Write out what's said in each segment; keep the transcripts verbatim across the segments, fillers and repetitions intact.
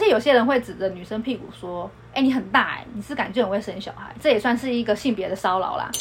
且有些人会指着女生屁股说，哎、欸，你很大哎、欸，你是感觉很会生小孩，这也算是一个性别的骚扰啦。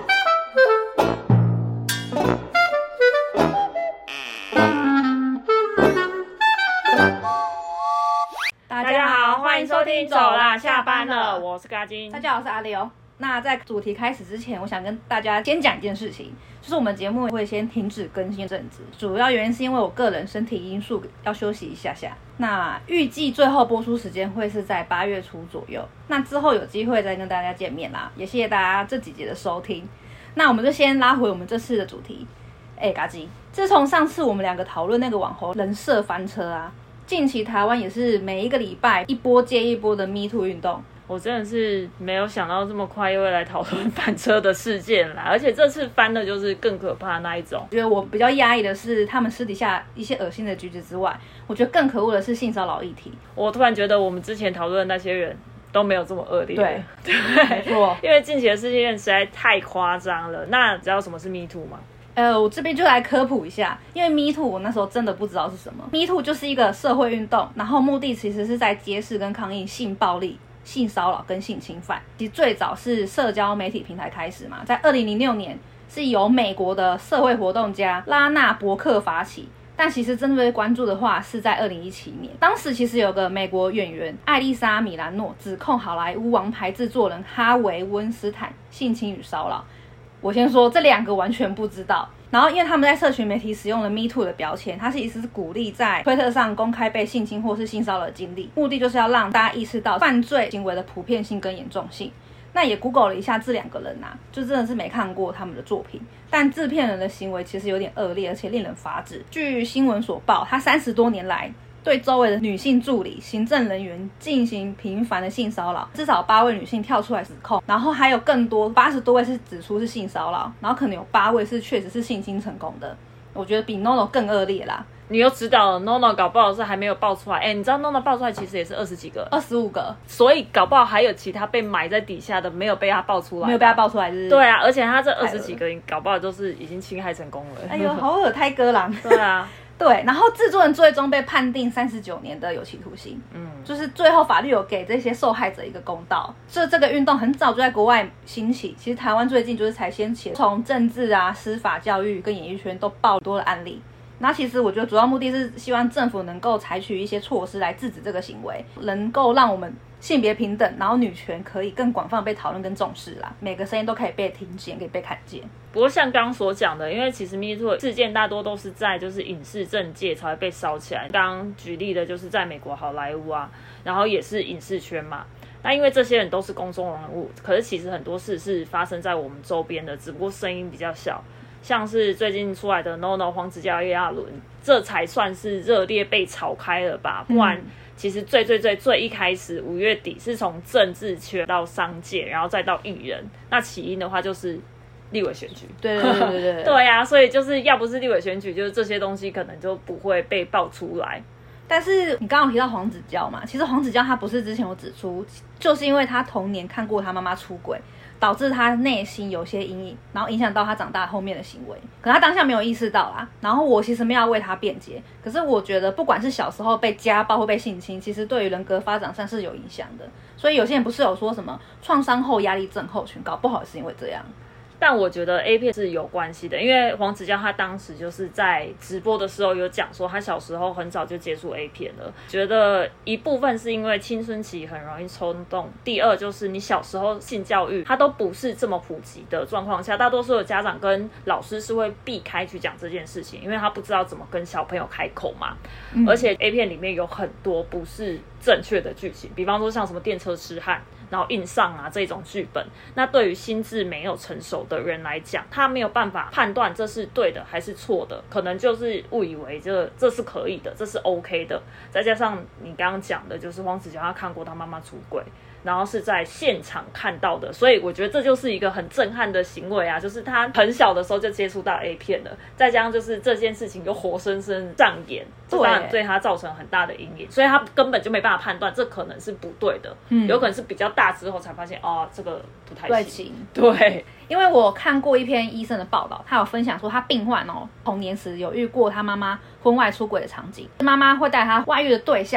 大家好，欢迎收听走啦，下班了，我是嘎金。 大家好，我是阿刘。那在主题开始之前，我想跟大家先讲一件事情，就是我们节目会先停止更新一阵子，主要原因是因为我个人身体因素要休息一下下。那预计最后播出时间会是在八月初左右，那之后有机会再跟大家见面啦。也谢谢大家这几集的收听。那我们就先拉回我们这次的主题。哎，嘎吉，自从上次我们两个讨论那个网红人设翻车啊，近期台湾也是每一个礼拜一波接一波的 Me Too 运动。 我真的是没有想到这么快又会来讨论翻车的事件啦，而且这次翻的就是更可怕的那一种。 我觉得我比较压抑的是他们私底下一些恶心的举止之外，我觉得更可恶的是性骚扰议题。 我突然觉得我们之前讨论的那些人都没有这么恶劣。 对， 对， 没错。 因为近期的事件实在太夸张了。那知道什么是 Me Too 吗？ 呃，我这边就来科普一下，因为 Me Too 我那时候真的不知道是什么。Me Too 就是一个社会运动，然后目的其实是在揭示跟抗议性暴力、性骚扰跟性侵犯。其实最早是社交媒体平台开始嘛，在二零零六年是由美国的社会活动家拉纳伯克发起，但其实真正被关注的话是在二零一七年。当时其实有个美国演员艾丽莎米兰诺指控好莱坞王牌制作人哈维温斯坦性侵与骚扰。我先说这两个完全不知道，然后因为他们在社群媒体使用了 Me Too 的标签，它是意思是鼓励在推特上公开被性侵或是性骚扰的经历，目的就是要让大家意识到犯罪行为的普遍性跟严重性。那也 Google 了一下这两个人啊，就真的是没看过他们的作品，但制片人的行为其实有点恶劣，而且令人发指。据新闻所报，他三十多年来对周围的女性助理、行政人员进行频繁的性骚扰，至少八位女性跳出来指控，然后还有更多八十多位是指出是性骚扰，然后可能有八位是确实是性侵成功的。我觉得比 Nono 更恶劣啦。 你又知道了 Nono 搞不好是还没有爆出来，哎，你知道 Nono 爆出来其实也是二十几个， 二十五个， 所以搞不好还有其他被埋在底下的没有被他爆出来， 没有被他爆出来，就是对啊，而且他这二十几个人搞不好都是已经侵害成功了。 哎呦，好恶胎哥郎。 对啊。 对，然后制作人最终被判定三十九年的有期徒刑。嗯，就是最后法律有给这些受害者一个公道。所以这个运动很早就在国外兴起，其实台湾最近就是才掀起，从政治啊、司法、教育跟演艺圈都爆多的案例。那其实我觉得主要目的是希望政府能够采取一些措施来制止这个行为，能够让我们性别平等，然后女权可以更广泛被讨论跟重视啦，每个声音都可以被听见，可以被看见。 不过像刚刚所讲的，因为其实 Me Too 事件大多都是在就是影视政界才会被烧起来。刚刚举例的就是在美国好莱坞啊，然后也是影视圈嘛。那因为这些人都是公众人物，可是其实很多事是发生在我们周边的，只不过声音比较小。像是最近出来的 Nono 黄子佼、叶亚纶，这才算是热烈被炒开了吧？不然其实最最最最一开始五月底是从政治圈到商界，然后再到艺人。那起因的话就是立委选举。 对对对对对。 对啊，所以就是要不是立委选举，就是这些东西可能就不会被爆出来。 但是你刚刚有提到黄子佼嘛，其实黄子佼他不是之前有指出，就是因为他童年看过他妈妈出轨，导致他内心有些阴影，然后影响到他长大后面的行为，可他当下没有意识到啦。然后我其实没有要为他辩解，可是我觉得不管是小时候被家暴或被性侵，其实对于人格发展上是有影响的。所以有些人不是有说什么创伤后压力症候群，搞不好是因为这样。 但我觉得 A 片是有关系的，因为黄子佼他当时就是在直播的时候有讲说，他小时候很早就接触 A 片了。觉得一部分是因为青春期很容易冲动，第二就是你小时候性教育它都不是这么普及的状况下，大多数的家长跟老师是会避开去讲这件事情，因为他不知道怎么跟小朋友开口嘛。嗯、而且 A 片里面有很多不是正确的剧情，比方说像什么电车痴汉，然后硬上啊这种剧本，那对于心智没有成熟的人来讲，他没有办法判断这是对的还是错的，可能就是误以为这这是可以的，这是 OK 的。再加上你刚刚讲的，就是黄子佼他看过他妈妈出轨，然后是在现场看到的，所以我觉得这就是一个很震撼的行为啊，就是他很小的时候就接触到 A 片了，再加上就是这件事情又活生生上演，这当然对他造成很大的阴影，所以他根本就没办法判断这可能是不对的，嗯，有可能是比较大之后才发现哦，这个不太行。对， 因为我看过一篇医生的报道，他有分享说他病患哦童年时有遇过他妈妈婚外出轨的场景，妈妈会带他外遇的对象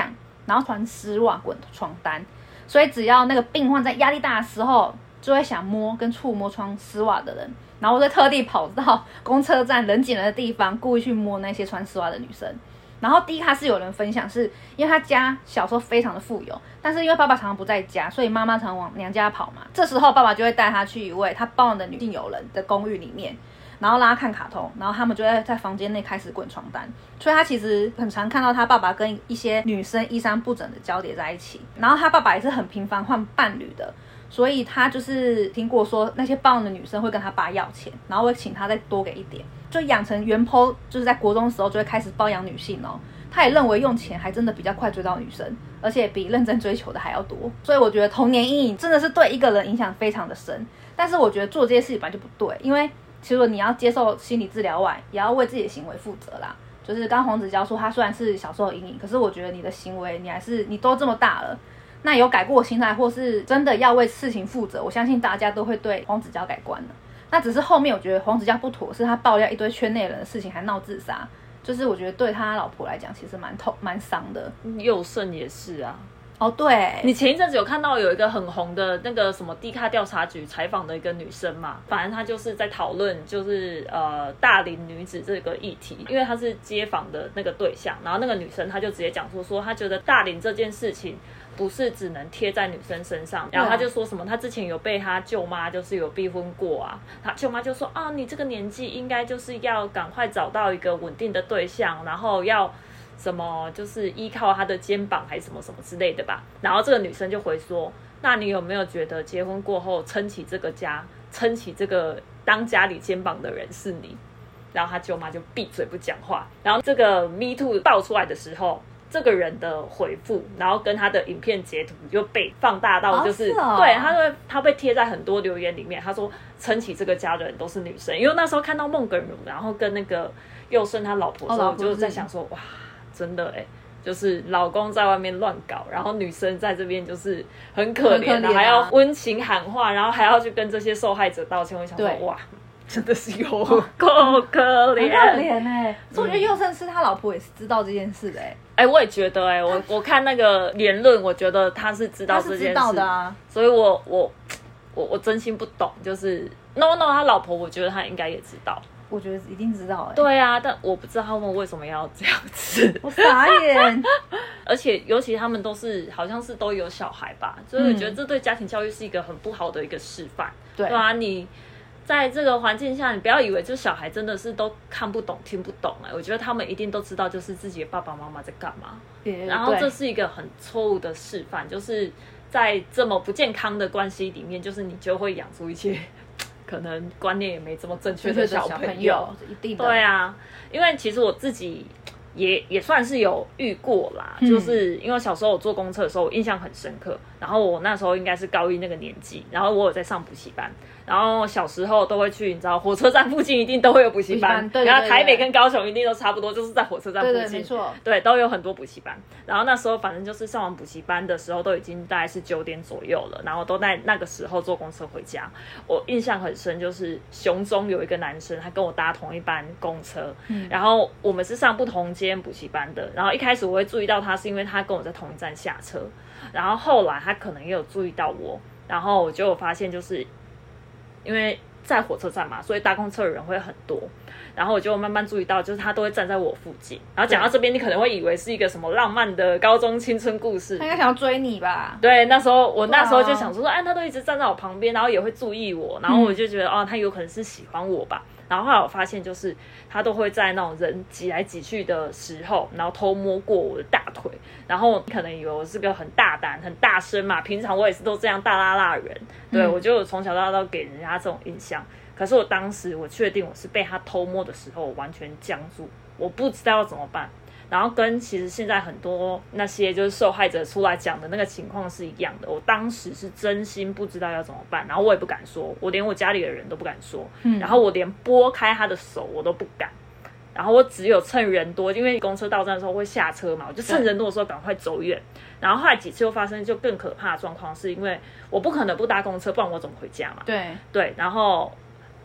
然后穿丝袜滚床单，所以只要那个病患在压力大的时候，就会想摸跟触摸穿丝袜的人，然后我就特地跑到公车站人挤人的地方，故意去摸那些穿丝袜的女生。然后第一卡是有人分享，是因为他家小时候非常的富有，但是因为爸爸常常不在家，所以妈妈常往娘家跑嘛。这时候爸爸就会带他去一位他包养的女性友人的公寓里面，然后让他看卡通，然后他们就会在房间内开始滚床单。所以他其实很常看到他爸爸跟一些女生衣衫不整的交叠在一起。然后他爸爸也是很频繁换伴侣的，所以他就是听过说那些包养的女生会跟他爸要钱，然后会请他再多给一点，就养成原 po 就是在国中的时候就会开始包养女性哦。他也认为用钱还真的比较快追到女生，而且比认真追求的还要多。所以我觉得童年阴影真的是对一个人影响非常的深。但是我觉得做这些事情本来就不对，因为其实你要接受心理治疗外，也要为自己的行为负责啦。就是刚刚黄子佼说他虽然是小时候的阴影，可是我觉得你的行为你还是你都这么大了，那有改过心态或是真的要为事情负责，我相信大家都会对黄子佼改观的。那只是后面我觉得黄子佼不妥，是他爆料一堆圈内人的事情还闹自杀，就是我觉得对他老婆来讲其实蛮痛蛮伤的。 佑胜也是啊。 哦，对， 你前一阵子有看到有一个很红的那个什么 D 卡调查局采访的一个女生嘛，反正她就是在讨论就是呃大龄女子这个议题，因为她是街访的那个对象，然后那个女生她就直接讲说说她觉得大龄这件事情不是只能贴在女生身上，然后她就说什么她之前有被她舅妈就是有逼婚过啊，她舅妈就说啊你这个年纪应该就是要赶快找到一个稳定的对象，然后要什么就是依靠他的肩膀还是什么什么之类的吧。然后这个女生就回说，那你有没有觉得结婚过后撑起这个家，撑起这个当家里肩膀的人是你？然后他舅妈就闭嘴不讲话。然后这个 Me Too 爆出来的时候，这个人的回复，然后跟他的影片截图就被放大到就是、 哦是哦、 对，他会他被贴在很多留言里面。他说撑起这个家的人都是女生，因为那时候看到孟耿如然后跟那个佑胜他老婆的时候，我、哦、就在想说哇。真的哎、欸，就是老公在外面乱搞，然后女生在这边就是很可怜，然后还要温情喊话，然后还要去跟这些受害者道歉。我想说，哇，真的是有够可怜， 很可怜哎。所以我觉得佑胜是他老婆也是知道这件事的哎、欸。 哎、欸，我也觉得哎、欸，我我看那个言论，我觉得他是知道这件事， 他是知道的啊。 所以我我我我真心不懂，就是 No No 他老婆，我觉得他应该也知道。 我觉得一定知道哎、欸， 对啊，但我不知道他们为什么要这样子， 我傻眼。 而且尤其他们都是好像是都有小孩吧，所以我觉得这对家庭教育是一个很不好的一个示范。对，对啊，你在这个环境下，你不要以为这小孩真的是都看不懂、听不懂哎、欸，我觉得他们一定都知道，就是自己的爸爸妈妈在干嘛。然后这是一个很错误的示范，就是在这么不健康的关系里面，就是你就会养出一些。可能观念也没这么正确的小朋友， 一定的。 对啊，因为其实我自己也也算是有遇过啦，嗯、就是因为小时候我坐公车的时候，我印象很深刻。然后我那时候应该是高一那个年纪，然后我有在上补习班，然后小时候都会去，你知道火车站附近一定都会有补习班， 对对对对， 然后台北跟高雄一定都差不多，就是在火车站附近， 对对没错， 对，都有很多补习班。然后那时候反正就是上完补习班的时候，都已经大概是九点左右了，然后都在那个时候坐公车回家。我印象很深，就是雄中有一个男生，他跟我搭同一班公车，嗯、然后我们是上不同间补习班的。然后一开始我会注意到他，是因为他跟我在同一站下车，然后后来他可能也有注意到我，然后我就发现就是因为在火车站嘛，所以搭公车的人会很多，然后我就慢慢注意到，就是他都会站在我附近。然后讲到这边，你可能会以为是一个什么浪漫的高中青春故事， 他应该想要追你吧？ 对，那时候我那时候就想说，哎、啊，他都一直站在我旁边，然后也会注意我，然后我就觉得、嗯、哦，他有可能是喜欢我吧。然后后来我发现，就是他都会在那种人挤来挤去的时候，然后偷摸过我的大腿。然后可能以为我是个很大胆、很大声嘛，平常我也是都这样大拉拉的人。对、嗯、我就从小到大都给人家这种印象。可是我当时我确定我是被他偷摸的时候，我完全僵住，我不知道要怎么办。然后跟其实现在很多那些就是受害者出来讲的那个情况是一样的，我当时是真心不知道要怎么办，然后我也不敢说，我连我家里的人都不敢说，嗯、然后我连拨开他的手我都不敢，然后我只有趁人多，因为公车到站的时候会下车嘛，我就趁人多的时候赶快走远。然后后来几次又发生就更可怕的状况，是因为我不可能不搭公车，不然我怎么回家嘛？ 对对，然后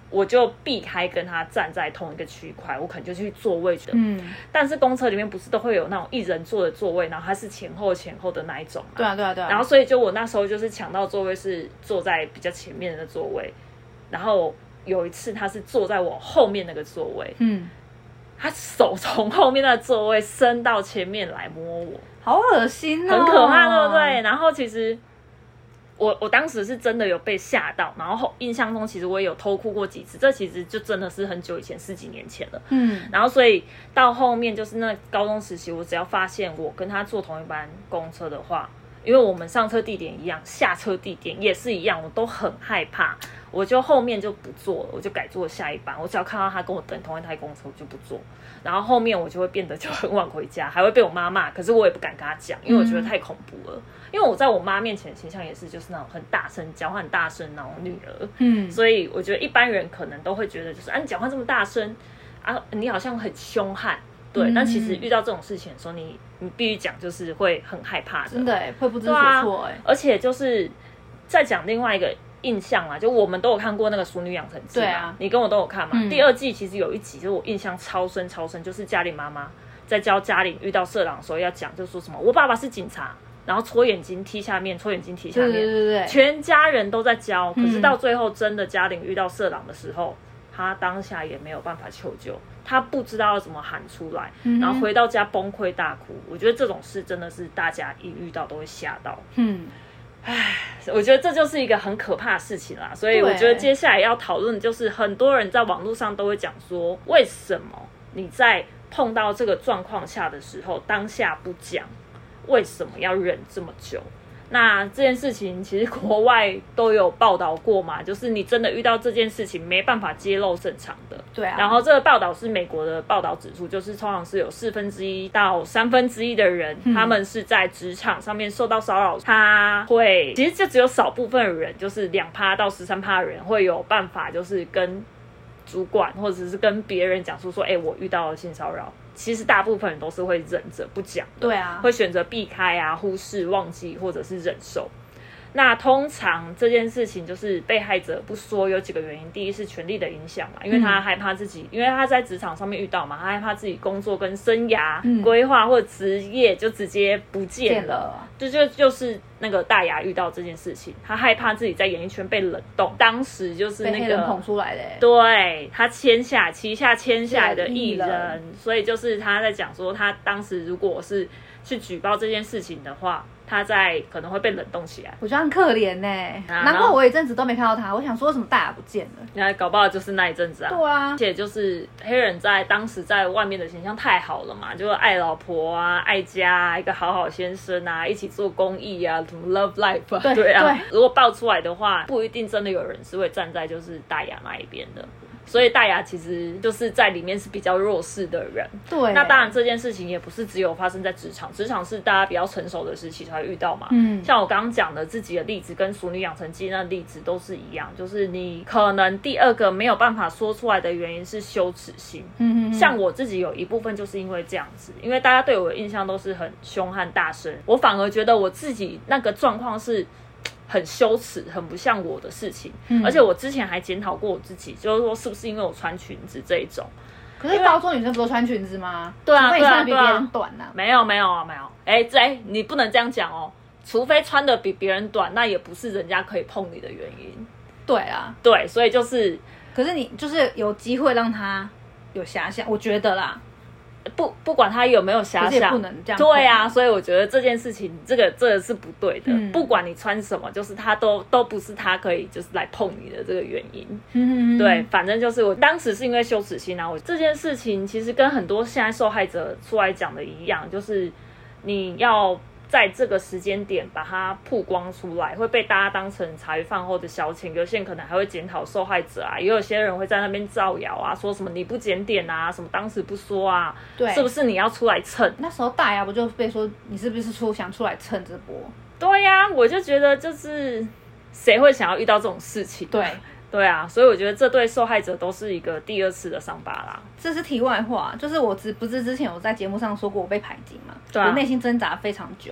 我就避开跟他站在同一个区块，我可能就去座位的。 嗯， 但是公车里面不是都会有那种一人坐的座位，然后它是前后前后的那一种嘛？ 对啊，对啊，对啊。 然后所以就我那时候就是抢到座位是坐在比较前面的座位，然后有一次他是坐在我后面那个座位， 嗯， 他手从后面那个座位伸到前面来摸我， 好恶心哦， 很可怕，对不对？然后其实。我我当时是真的有被吓到，然后印象中其实我也有偷哭过几次，这其实就真的是很久以前，十几年前了。嗯，然后所以到后面就是那高中时期，我只要发现我跟他坐同一班公车的话，因为我们上车地点一样，下车地点也是一样，我都很害怕，我就后面就不坐了，我就改坐下一班。我只要看到他跟我等同一台公车，我就不坐。然后后面我就会变得就很晚回家，还会被我妈骂，可是我也不敢跟他讲，因为我觉得太恐怖了。因为我在我妈面前的形象也是就是那种很大声讲话很大声那种女儿，嗯，所以我觉得一般人可能都会觉得就是啊你讲话这么大声啊，你好像很凶悍，对，嗯、但其实遇到这种事情的时候，你你必须讲就是会很害怕的， 真的哎，会不知所措哎、啊， 而且就是再讲另外一个印象啦，就我们都有看过那个《熟女养成记》嘛，对啊，你跟我都有看嘛、嗯。第二季其实有一集就是我印象超深超深，就是嘉玲妈妈在教嘉玲遇到色狼的时候要讲，就说什么我爸爸是警察。然后戳眼睛踢下面，戳眼睛踢下面， 对对对， 全家人都在教。可是到最后真的嘉玲遇到色狼的时候，他当下也没有办法求救，他不知道要怎么喊出来，嗯、然后回到家崩溃大哭。我觉得这种事真的是大家一遇到都会吓到。嗯，唉，我觉得这就是一个很可怕的事情啦。所以我觉得接下来要讨论就是很多人在网络上都会讲说，为什么你在碰到这个状况下的时候，当下不讲？为什么要忍这么久？那这件事情其实国外都有报道过嘛，就是你真的遇到这件事情没办法揭露正常的。 对啊。 然后这个报道是美国的报道指出，就是通常是有四分之一到三分之一的人，嗯、他们是在职场上面受到骚扰，他会其实就只有少部分的人，就是两趴到十三趴的人会有办法，就是跟主管或者是跟别人讲述说，哎、欸，我遇到了性骚扰。其实大部分人都是会忍着不讲的， 对啊， 会选择避开啊、忽视、忘记或者是忍受。那通常这件事情就是被害者不说，有几个原因。第一是权力的影响嘛，因为他害怕自己，嗯、因为他在职场上面遇到嘛，他害怕自己工作跟生涯规划或者职业就直接不见了。这就就是那个大牙遇到这件事情，他害怕自己在演艺圈被冷冻。当时就是那个被黑人捧出来的， 对他签下旗下签下来的艺人，所以就是他在讲说，他当时如果是去举报这件事情的话。他在可能会被冷冻起来， 我觉得很可怜呢、欸啊。难怪我一阵子都没看到他，我想说为什么大牙不见了？ 那搞不好就是那一阵子啊。 对啊， 而且就是黑人在当时在外面的形象太好了嘛，就是爱老婆啊、爱家啊、一个好好先生啊，一起做公益啊，什么 love life 啊， 对, 对啊对。 如果爆出来的话，不一定真的有人是会站在就是大牙那一边的。所以大牙其实就是在里面是比较弱势的人。 对， 那当然这件事情也不是只有发生在职场，职场是大家比较成熟的时期才会遇到嘛。嗯，像我刚刚讲的自己的例子跟《熟女养成记》那例子都是一样，就是你可能第二个没有办法说出来的原因是羞耻心。嗯嗯，像我自己有一部分就是因为这样子，因为大家对我的印象都是很凶悍大声，我反而觉得我自己那个状况是。很羞耻，很不像我的事情，嗯、而且我之前还检讨过我自己，就是说是不是因为我穿裙子这一种。 可是高中女生不都穿裙子吗？ 对啊， 除非你穿的比别人短啊。 没有没有啊，没有。哎、欸，这、欸、你不能这样讲哦。除非穿的比别人短，那也不是人家可以碰你的原因。 对啊， 对，所以就是， 可是你就是有机会让他有遐想，我觉得啦。 不不管他有没有遐想， 不能这样。 对啊，所以我觉得这件事情，这个这个是不对的。嗯、不管你穿什么，就是他都都不是他可以就是来碰你的这个原因。嗯对，反正就是我当时是因为羞耻心啊，我这件事情其实跟很多现在受害者出来讲的一样，就是你要。在这个时间点把它曝光出来，会被大家当成茶余饭后的消遣。有些人可能还会检讨受害者啊，也有些人会在那边造谣啊，说什么你不检点啊，什么当时不说啊，对，是不是你要出来蹭？ 那时候大牙不就被说你是不是出想出来蹭这波？ 对呀、啊，我就觉得就是谁会想要遇到这种事情？ 对。 对啊，所以我觉得这对受害者都是一个第二次的伤疤啦。 这是题外话，就是我之不是之前我在节目上说过我被排挤嘛，对啊、我内心挣扎非常久，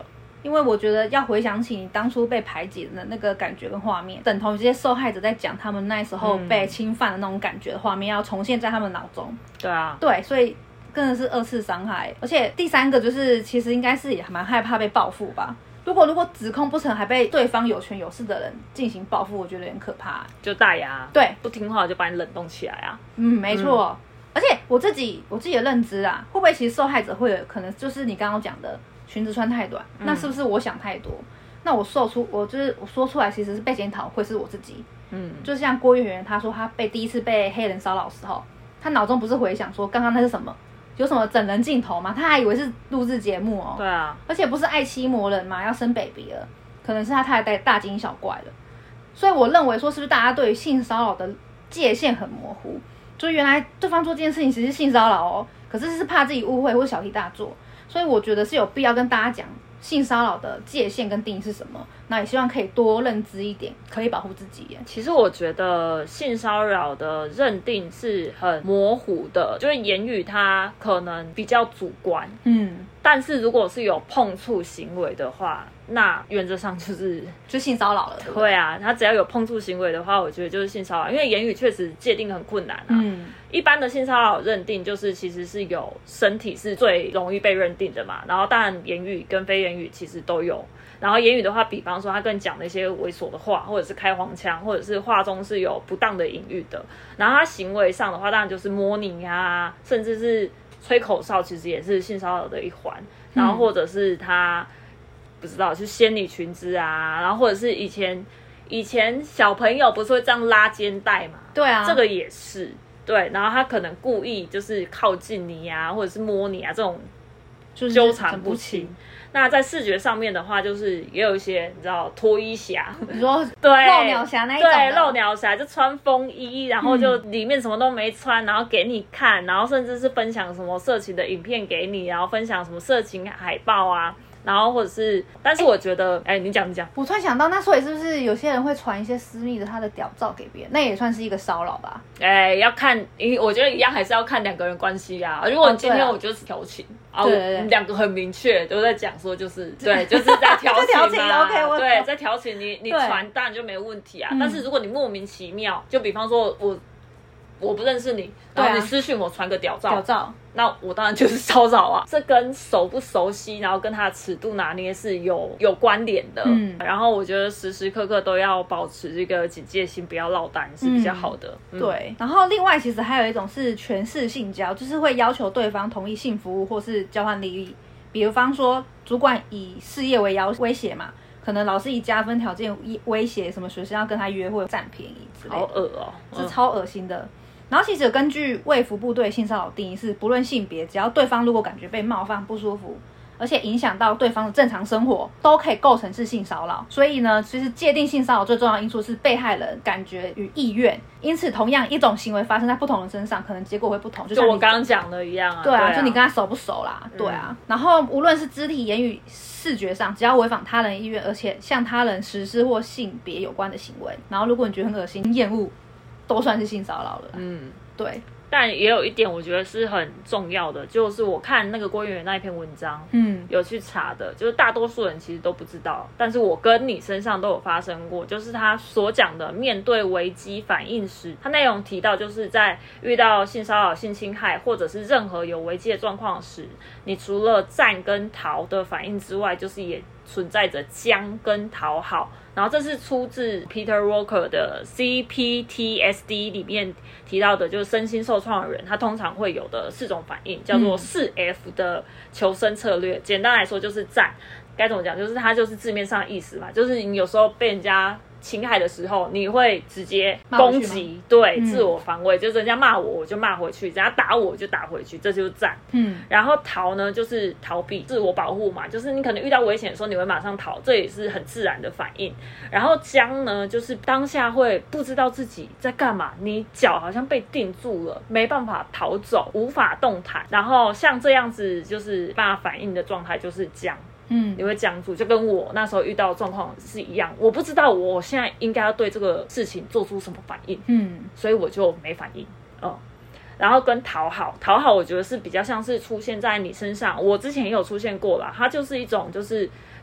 因为我觉得要回想起你当初被排挤的那个感觉跟画面，等同于这些受害者在讲他们那时候被侵犯的那种感觉的画面，要重现在他们脑中。 对啊， 对，所以真的是二次伤害。而且第三个就是，其实应该是也蛮害怕被报复吧。如果如果指控不成，还被对方有权有势的人进行报复，我觉得有点可怕。 就大牙， 对， 不听话就把你冷冻起来啊。 嗯，没错。嗯、而且我自己我自己的认知啊，会不会其实受害者会有可能就是你刚刚讲的裙子穿太短，嗯、那是不是我想太多？那我说出我就是我说出来，其实是被检讨会是我自己。嗯，就像郭圆圆她说，她被第一次被黑人骚扰的时候，她脑中不是回想说刚刚那是什么？有什么整人镜头吗？他还以为是录制节目哦。 对啊， 而且不是爱妻魔人嘛，要生 baby 了，可能是他太太大惊小怪了。所以我认为说，是不是大家对于性骚扰的界限很模糊？就原来对方做这件事情其实是性骚扰哦，可是是怕自己误会或小题大做。所以我觉得是有必要跟大家讲性骚扰的界限跟定义是什么。那也希望可以多认知一点，可以保护自己耶。 其实我觉得性骚扰的认定是很模糊的，就是言语它可能比较主观，嗯，但是如果是有碰触行为的话，那原则上就是就性骚扰了。对, 对啊，他只要有碰触行为的话，我觉得就是性骚扰，因为言语确实界定很困难啊。嗯，一般的性骚扰认定就是其实是有身体是最容易被认定的嘛，然后当然言语跟非言语其实都有。然后言语的话，比方说他跟讲那些猥琐的话，或者是开黄腔，或者是话中是有不当的隐喻的。然后他行为上的话，当然就是摸你啊，甚至是吹口哨，其实也是性骚扰的一环。然后或者是他不知道去掀你裙子啊，然后或者是以前以前小朋友不是会这样拉肩带嘛？ 对啊， 这个也是对。然后他可能故意就是靠近你啊，或者是摸你啊，这种纠缠不清。那在视觉上面的话，就是也有一些你知道脱衣侠， 你说对露鸟侠那一种的， 对露鸟侠就穿风衣，然后就里面什么都没穿，然后给你看，然后甚至是分享什么色情的影片给你，然后分享什么色情海报啊。然后或者是，但是我觉得，哎、欸，你讲你讲， 我突然想到，那所以是不是有些人会传一些私密的他的屌照给别人，那也算是一个骚扰吧？ 哎、欸，要看，我觉得一样还是要看两个人关系啊。如果你今天我就是调情，啊，我们两个很明确都在讲说，就是对，就是在调情嘛。 调情 OK， 我对，在调情，你你传当然就没问题啊。但是如果你莫名其妙，就比方说我我不认识你，然后你私讯我传个屌照， 屌照。 那我当然就是骚扰啊，这跟熟不熟悉，然后跟他的尺度拿捏是有有关联的。嗯，然后我觉得时时刻刻都要保持这个警戒心，不要落单是比较好的。 嗯嗯、对，然后另外其实还有一种是权势性交，就是会要求对方同意性服务或是交换利益，比如方说主管以事业为要威胁嘛。可能老师以加分条件威胁什么学生要跟他约会占便宜之类的， 好恶哦， 是超恶心的。然后其实有根据卫福部对性骚扰定义是，不论性别，只要对方如果感觉被冒犯不舒服，而且影响到对方的正常生活，都可以构成是性骚扰。所以呢，其实界定性骚扰最重要的因素是被害人感觉与意愿。因此，同样一种行为发生在不同人身上，可能结果会不同。就像就我刚刚讲的一样啊。 对啊，就你跟他熟不熟啦？对啊。嗯、然后无论是肢体、言语、视觉上，只要违反他人意愿，而且向他人实施或性别有关的行为，然后如果你觉得很恶心、厌恶，都算是性骚扰了。嗯，对。 但也有一点我觉得是很重要的，就是我看那个郭圆圆那一篇文章，嗯，有去查的，就是大多数人其实都不知道，但是我跟你身上都有发生过，就是他所讲的面对危机反应时，他内容提到就是在遇到性骚扰、性侵害或者是任何有危机的状况时，你除了战跟逃的反应之外，就是也存在着僵跟讨好。然后这是出自 Peter Walker 的 C P T S D 里面提到的，就是身心受创的人他通常会有的四种反应，叫做四 F 的求生策略。嗯、简单来说就是战，该怎么讲？就是它就是字面上的意思嘛，就是你有时候被人家侵害的时候，你会直接攻击，对、嗯，自我防卫，就是人家骂我，我就骂回去；人家打我，我就打回去，这就是战。嗯，然后逃呢，就是逃避、自我保护嘛，就是你可能遇到危险的时候，你会马上逃，这也是很自然的反应。然后僵呢，就是当下会不知道自己在干嘛，你脚好像被定住了，没办法逃走，无法动弹。然后像这样子，就是办法反应的状态就是僵。嗯，你会僵住，就跟我那时候遇到的状况是一样。我不知道我现在应该要对这个事情做出什么反应，嗯，所以我就没反应，嗯。然后跟讨好，讨好我觉得是比较像是出现在你身上，我之前也有出现过啦，它就是一种就是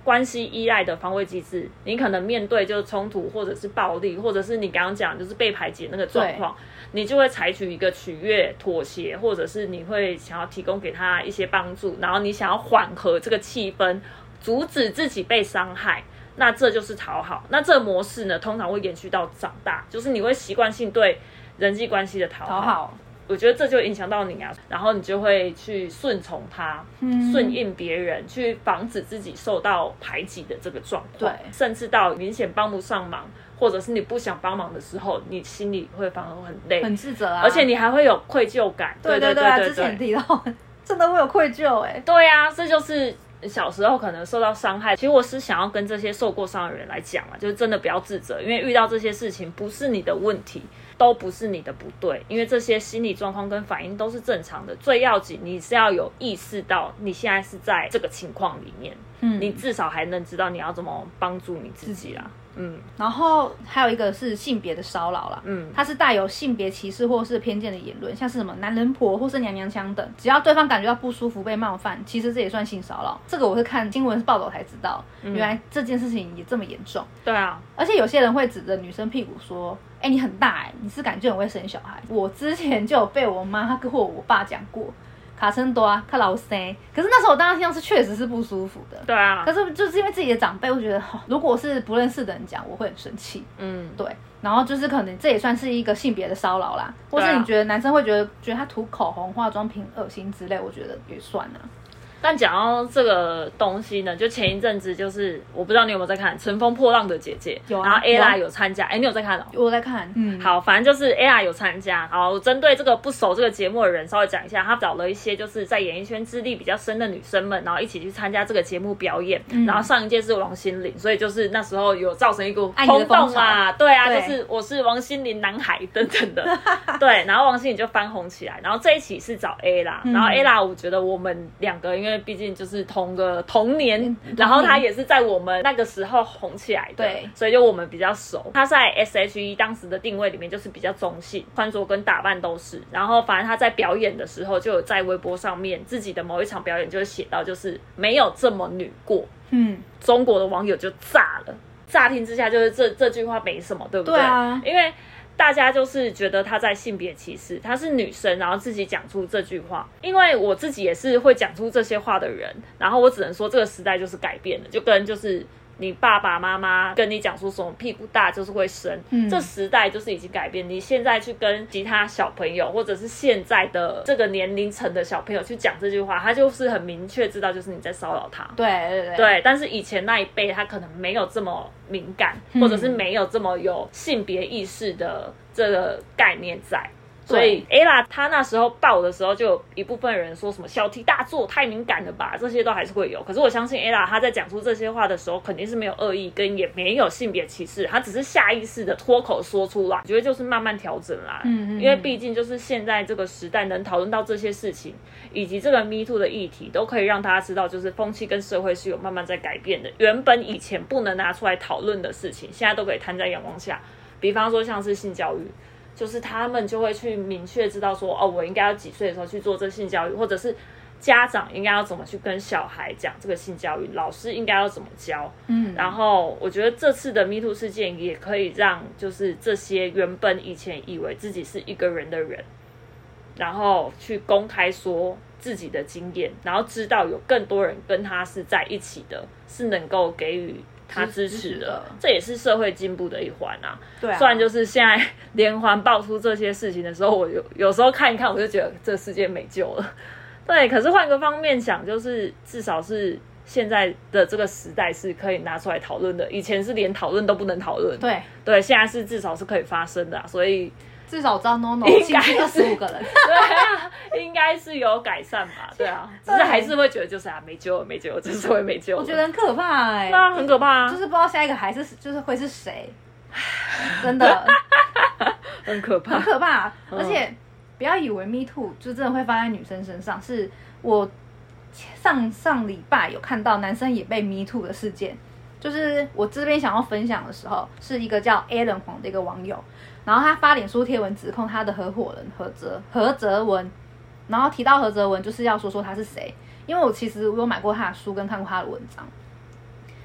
关系依赖的防卫机制，你可能面对就是冲突或者是暴力，或者是你刚刚讲就是被排挤那个状况，你就会采取一个取悦、妥协，或者是你会想要提供给他一些帮助，然后你想要缓和这个气氛，阻止自己被伤害。那这就是讨好。那这个模式呢，通常会延续到长大，就是你会习惯性对人际关系的讨好。 讨好， 我觉得这就影响到你啊，然后你就会去顺从他，嗯、顺应别人，去防止自己受到排挤的这个状况。对，甚至到明显帮不上忙，或者是你不想帮忙的时候，你心里会反而很累， 很自责啊， 而且你还会有愧疚感。 对对对 对, 对, 对, 对, 对，之前提到，真的会有愧疚哎、欸。 对啊，这就是小时候可能受到伤害。其实我是想要跟这些受过伤的人来讲啊，就是真的不要自责，因为遇到这些事情不是你的问题，都不是你的不对，因为这些心理状况跟反应都是正常的。最要紧你是要有意识到你现在是在这个情况里面，嗯，你至少还能知道你要怎么帮助你自己啦。嗯， 然后还有一个是性别的骚扰啦，嗯，它是带有性别歧视或是偏见的言论，像是什么男人婆或是娘娘腔等，只要对方感觉到不舒服被冒犯，其实这也算性骚扰。这个我是看新闻报道才知道，嗯、原来这件事情也这么严重。 对啊， 而且有些人会指着女生屁股说，哎、欸，你很大哎、欸，你是感觉很会生小孩。我之前就有被我妈或我爸讲过。卡森多啊，卡老生，可是那时候我当时听到是确实是不舒服的， 对啊。 可是就是因为自己的长辈，我觉得、哦、如果是不认识的人讲，我会很生气。嗯，对。然后就是可能这也算是一个性别的骚扰啦，或是你觉得男生会觉得觉得他涂口红、化妆品恶心之类，我觉得也算啊。 但讲到这个东西呢，就前一阵子就是我不知道你有没有在看《乘风破浪的姐姐》， 有啊， 然后 Ella 有参加，哎，你有在看哦？ 我在看，嗯， 好，反正就是 Ella 有参加。好，我针对这个不熟这个节目的人稍微讲一下，他找了一些就是在演艺圈资历比较深的女生们，然后一起去参加这个节目表演。嗯、然后上一届是王心凌，所以就是那时候有造成一股轰动嘛，对啊，对就是我是王心凌男孩等等的，对，然后王心凌就翻红起来。然后这一期是找 Ella，、嗯、然后 Ella 我觉得我们两个因为毕竟就是同个同年，然后他也是在我们那个时候红起来的， 对， 所以就我们比较熟。他在 S H E 当时的定位里面就是比较中性，穿着跟打扮都是。然后反正他在表演的时候就有在微博上面自己的某一场表演就写到，就是没有这么女过。嗯，中国的网友就炸了，乍听之下就是这这句话没什么，对不对？ 对啊， 因为大家就是觉得她在性别歧视，她是女生，然后自己讲出这句话。因为我自己也是会讲出这些话的人，然后我只能说这个时代就是改变了，就跟就是你爸爸妈妈跟你讲说什么屁股大就是会生，嗯、这时代就是已经改变。你现在去跟其他小朋友，或者是现在的这个年龄层的小朋友去讲这句话，他就是很明确知道就是你在骚扰他。 对对对。 对，但是以前那一辈他可能没有这么敏感，或者是没有这么有性别意识的这个概念在。所以 Ella 她那时候爆的时候，就有一部分人说什么小题大做，太敏感了吧，这些都还是会有。可是我相信 Ella 她在讲出这些话的时候，肯定是没有恶意，跟也没有性别歧视，她只是下意识的脱口说出来。我觉得就是慢慢调整啦，嗯嗯嗯，因为毕竟就是现在这个时代能讨论到这些事情，以及这个 Me Too 的议题，都可以让大家知道，就是风气跟社会是有慢慢在改变的。原本以前不能拿出来讨论的事情，现在都可以摊在阳光下。比方说像是性教育。就是他们就会去明确知道说，哦，我应该要几岁的时候去做这性教育，或者是家长应该要怎么去跟小孩讲这个性教育，老师应该要怎么教。嗯，然后我觉得这次的 Me Too 事件也可以让就是这些原本以前以为自己是一个人的人，然后去公开说自己的经验，然后知道有更多人跟他是在一起的，是能够给予他支持的，这也是社会进步的一环啊。对啊，虽然就是现在连环爆出这些事情的时候，我有有时候看一看，我就觉得这世界没救了。对，可是换个方面想，就是至少是现在的这个时代是可以拿出来讨论的，以前是连讨论都不能讨论。对对，现在是至少是可以发生的啊，所以。 至少知道 no no 应该二十五个人， 对啊，应该是有改善吧，对啊，只是还是会觉得就是啊没救了没救了，这是会没救了。 我觉得很可怕哎、欸， 对啊，很可怕啊， 就是不知道下一个还是就是会是谁，真的很可怕， 很可怕。嗯、而且不要以为 Me Too 就真的会发在女生身上，是我上上礼拜有看到男生也被 Me Too 的事件。就是我这边想要分享的时候，是一个叫 Alan 黄的一个网友，然后他发脸书贴文指控他的合伙人何泽何泽文，然后提到何泽文就是要说说他是谁，因为我其实我有买过他的书跟看过他的文章，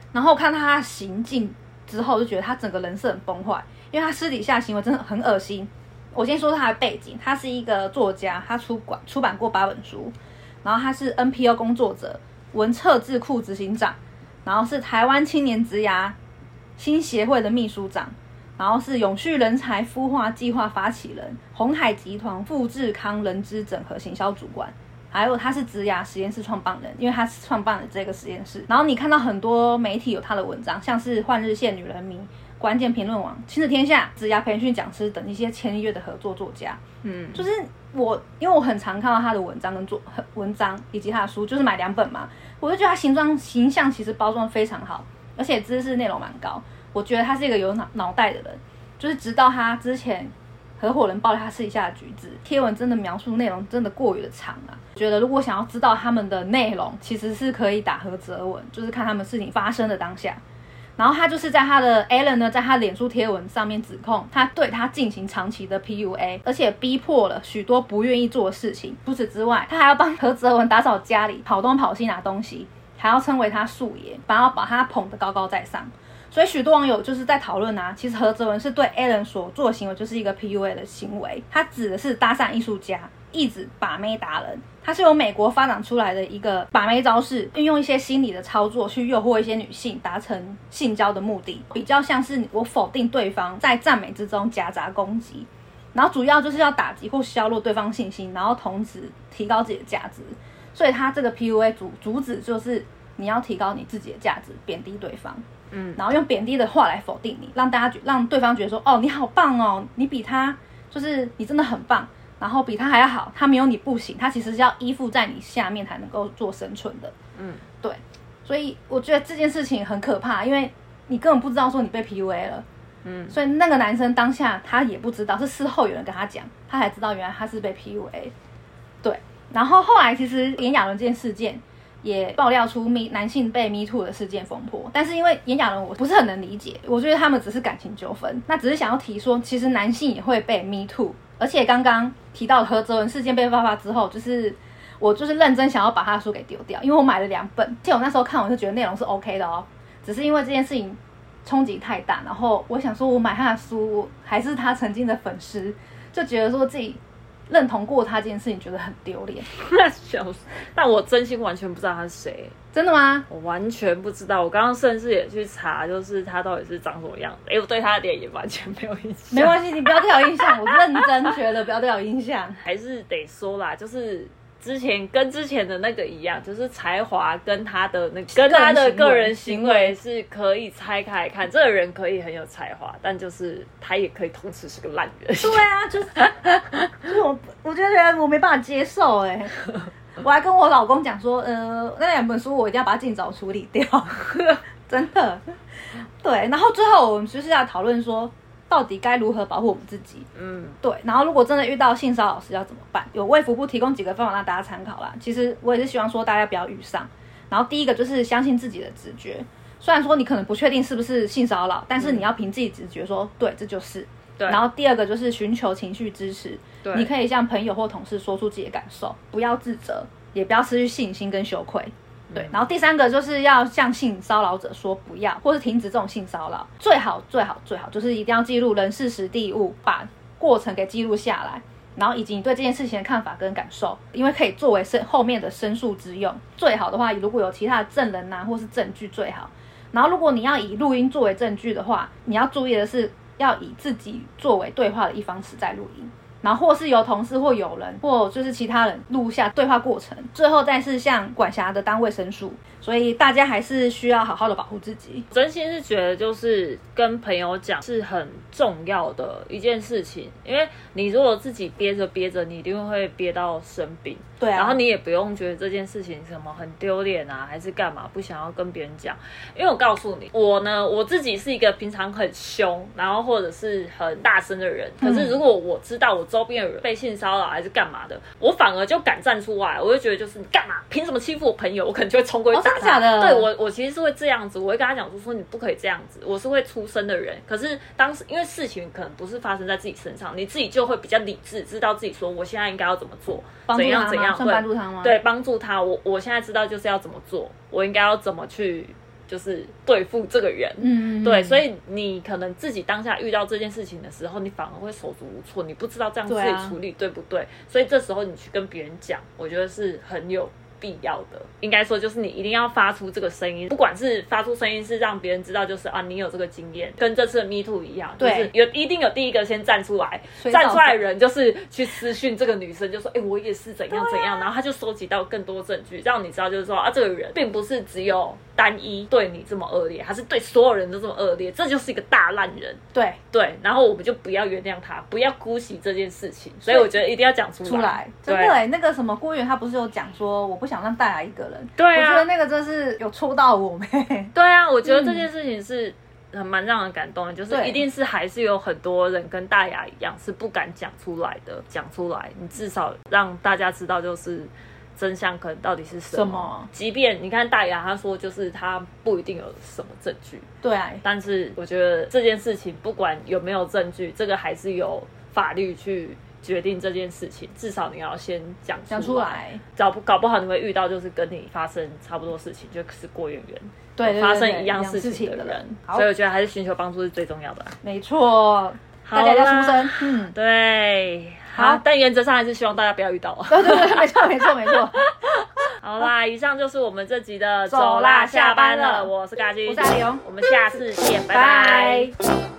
然后看他行径之后，就觉得他整个人设很崩坏，因为他私底下行为真的很恶心。我先说他的背景，他是一个作家，他出版出版过八本书，然后他是 N P O 工作者、文策智库执行长，然后是台湾青年职涯新协会的秘书长，然后是永续人才孵化计划发起人，鸿海集团富智康人资整合行销主管，还有他是职涯实验室创办人，因为他是创办了这个实验室。然后你看到很多媒体有他的文章，像是换日线、女人迷、关键评论网、亲子天下、职涯培训讲师等一些签约的合作作家。嗯，就是我因为我很常看到他的文章跟作文章以及他的书，就是买两本嘛，我就觉得他形状形象其实包装非常好，而且知识内容蛮高。我觉得他是一个有脑脑袋的人，就是直到他之前合伙人爆料他私底下的举止，贴文真的描述内容真的过于的长啊。我觉得如果想要知道他们的内容，其实是可以打合则文，就是看他们事情发生的当下。然后他就是在他的 Alan 呢，在他脸书贴文上面指控他对他进行长期的 P U A， 而且逼迫了许多不愿意做的事情。除此之外，他还要帮何泽文打扫家里，跑东跑西拿东西，还要称为他素爷，然后把他捧得高高在上。所以许多网友就是在讨论啊，其实何泽文是对 Alan 所做的行为就是一个 P U A 的行为，他指的是搭讪艺术家，一直把妹达人。他是由美国发展出来的一个把妹招式，运用一些心理的操作去诱惑一些女性，达成性交的目的，比较像是我否定对方，在赞美之中夹杂攻击，然后主要就是要打击或削弱对方信心，然后同时提高自己的价值。所以他这个 P U A 主主旨就是你要提高你自己的价值，贬低对方。嗯，然后用贬低的话来否定你，让大家觉让对方觉得说，哦，你好棒哦，你比他就是你真的很棒，然后比他还要好，他没有你不行，他其实是要依附在你下面才能够做生存的。嗯，对，所以我觉得这件事情很可怕，因为你根本不知道说你被 P U A 了。嗯，所以那个男生当下他也不知道，是事后有人跟他讲，他才知道原来他是被 P U A。对，然后后来其实炎亚纶这件事件也爆料出男性被 Me Too 的事件风波，但是因为炎亚纶我不是很能理解，我觉得他们只是感情纠纷，那只是想要提说，其实男性也会被 Me Too。而且刚刚提到何泽文事件被爆发之后，就是我就是认真想要把他的书给丢掉，因为我买了两本，而且我那时候看我就觉得内容是 OK 的哦，只是因为这件事情冲击太大，然后我想说我买他的书还是他曾经的粉丝，就觉得说自己认同过他这件事情，觉得很丢脸。 笑死！但我真心完全不知道他是谁。 真的吗？ 我完全不知道。我刚刚甚至也去查，就是他到底是长什么样子。哎，我对他的脸也完全没有印象。 没关系，你不要对我印象，我认真觉得不要对我印象。 还是得说啦，就是之前跟之前的那个一样，就是才华跟他的那个跟他的个人行为是可以拆开来看。这个人可以很有才华，但就是他也可以同时是个烂人。 对啊，就是就是我我觉得我没办法接受哎、欸。我还跟我老公讲说，呃，那两本书我一定要把它尽早处理掉，真的。对，然后最后我们就是要讨论说，到底该如何保护我们自己。嗯，对。然后如果真的遇到性骚扰时要怎么办？有卫福部提供几个方法让大家参考啦。其实我也是希望说大家不要遇上。然后第一个就是相信自己的直觉，虽然说你可能不确定是不是性骚扰，但是你要凭自己直觉说，对，这就是。对，然后第二个就是寻求情绪支持，对，你可以向朋友或同事说出自己的感受，不要自责，也不要失去信心跟羞愧。对，嗯、然后第三个就是要向性骚扰者说不要，或是停止这种性骚扰。最好最好最好就是一定要记录人事时地物，把过程给记录下来，然后以及你对这件事情的看法跟感受，因为可以作为后面的申诉之用。最好的话，如果有其他的证人啊或是证据最好。然后如果你要以录音作为证据的话，你要注意的是，要以自己作为对话的一方时在录音，然后或是由同事或友人或就是其他人录下对话过程，最后再是向管辖的单位申诉。所以大家还是需要好好的保护自己。 真心是觉得就是跟朋友讲是很重要的一件事情，因为你如果自己憋着憋着，你一定会憋到生病。对啊，然后你也不用觉得这件事情什么很丢脸啊，还是干嘛不想要跟别人讲。因为我告诉你，我呢我自己是一个平常很凶，然后或者是很大声的人，可是如果我知道我周边的人被性骚扰还是干嘛的，我反而就敢站出来，我就觉得就是你干嘛，凭什么欺负我朋友，我可能就会冲过去打他。哦，真的假的？对，我我其实是会这样子，我会跟他讲说说你不可以这样子，我是会出声的人。可是当时因为事情可能不是发生在自己身上，你自己就会比较理智，知道自己说我现在应该要怎么做，怎样怎样， 算帮助他吗？ 对，帮助他。我我现在知道就是要怎么做，我应该要怎么去就是对付这个人。 嗯， 对，所以你可能自己当下遇到这件事情的时候，你反而会手足无措，你不知道这样自己处理 对,、啊、对不对？所以这时候你去跟别人讲，我觉得是很有必要的。应该说就是你一定要发出这个声音，不管是发出声音是让别人知道就是啊你有这个经验，跟这次的 Me Too 一样，就是有一定有第一个先站出来，站出来的人就是去私讯这个女生，就说哎、欸、我也是怎样怎样、啊、然后他就收集到更多证据，让你知道就是说啊这个人并不是只有单一对你这么恶劣，他是对所有人都这么恶劣，这就是一个大烂人。 对对，然后我们就不要原谅他，不要姑息这件事情，所以我觉得一定要讲出来。 出来，真的哎，那个什么郭源他不是有讲说我不想让带来一个人， 对啊， 我觉得那个真是有戳到我们。 对啊，我觉得这件事情是很蛮让人感动的，就是一定是还是有很多人跟大雅一样是不敢讲出来的，讲出来，你至少让大家知道就是真相可能到底是什么。什么即便你看大雅他说就是他不一定有什么证据， 对啊， 但是我觉得这件事情不管有没有证据，这个还是有法律去决定这件事情，至少你要先讲出来，讲出来，搞不搞不好你会遇到就是跟你发生差不多事情，就是郭媛媛对, 对, 对, 对发生一样事情的人， 人所以我觉得还是寻求帮助是最重要的、啊。 没错，大家要出声，嗯， 对，好，但原则上还是希望大家不要遇到啊。 对对对，没错没错没错。 好啦，以上就是我们这集的走啦，下班了， 我是嘎金， 我是阿玲， 我们下次见，拜拜。 拜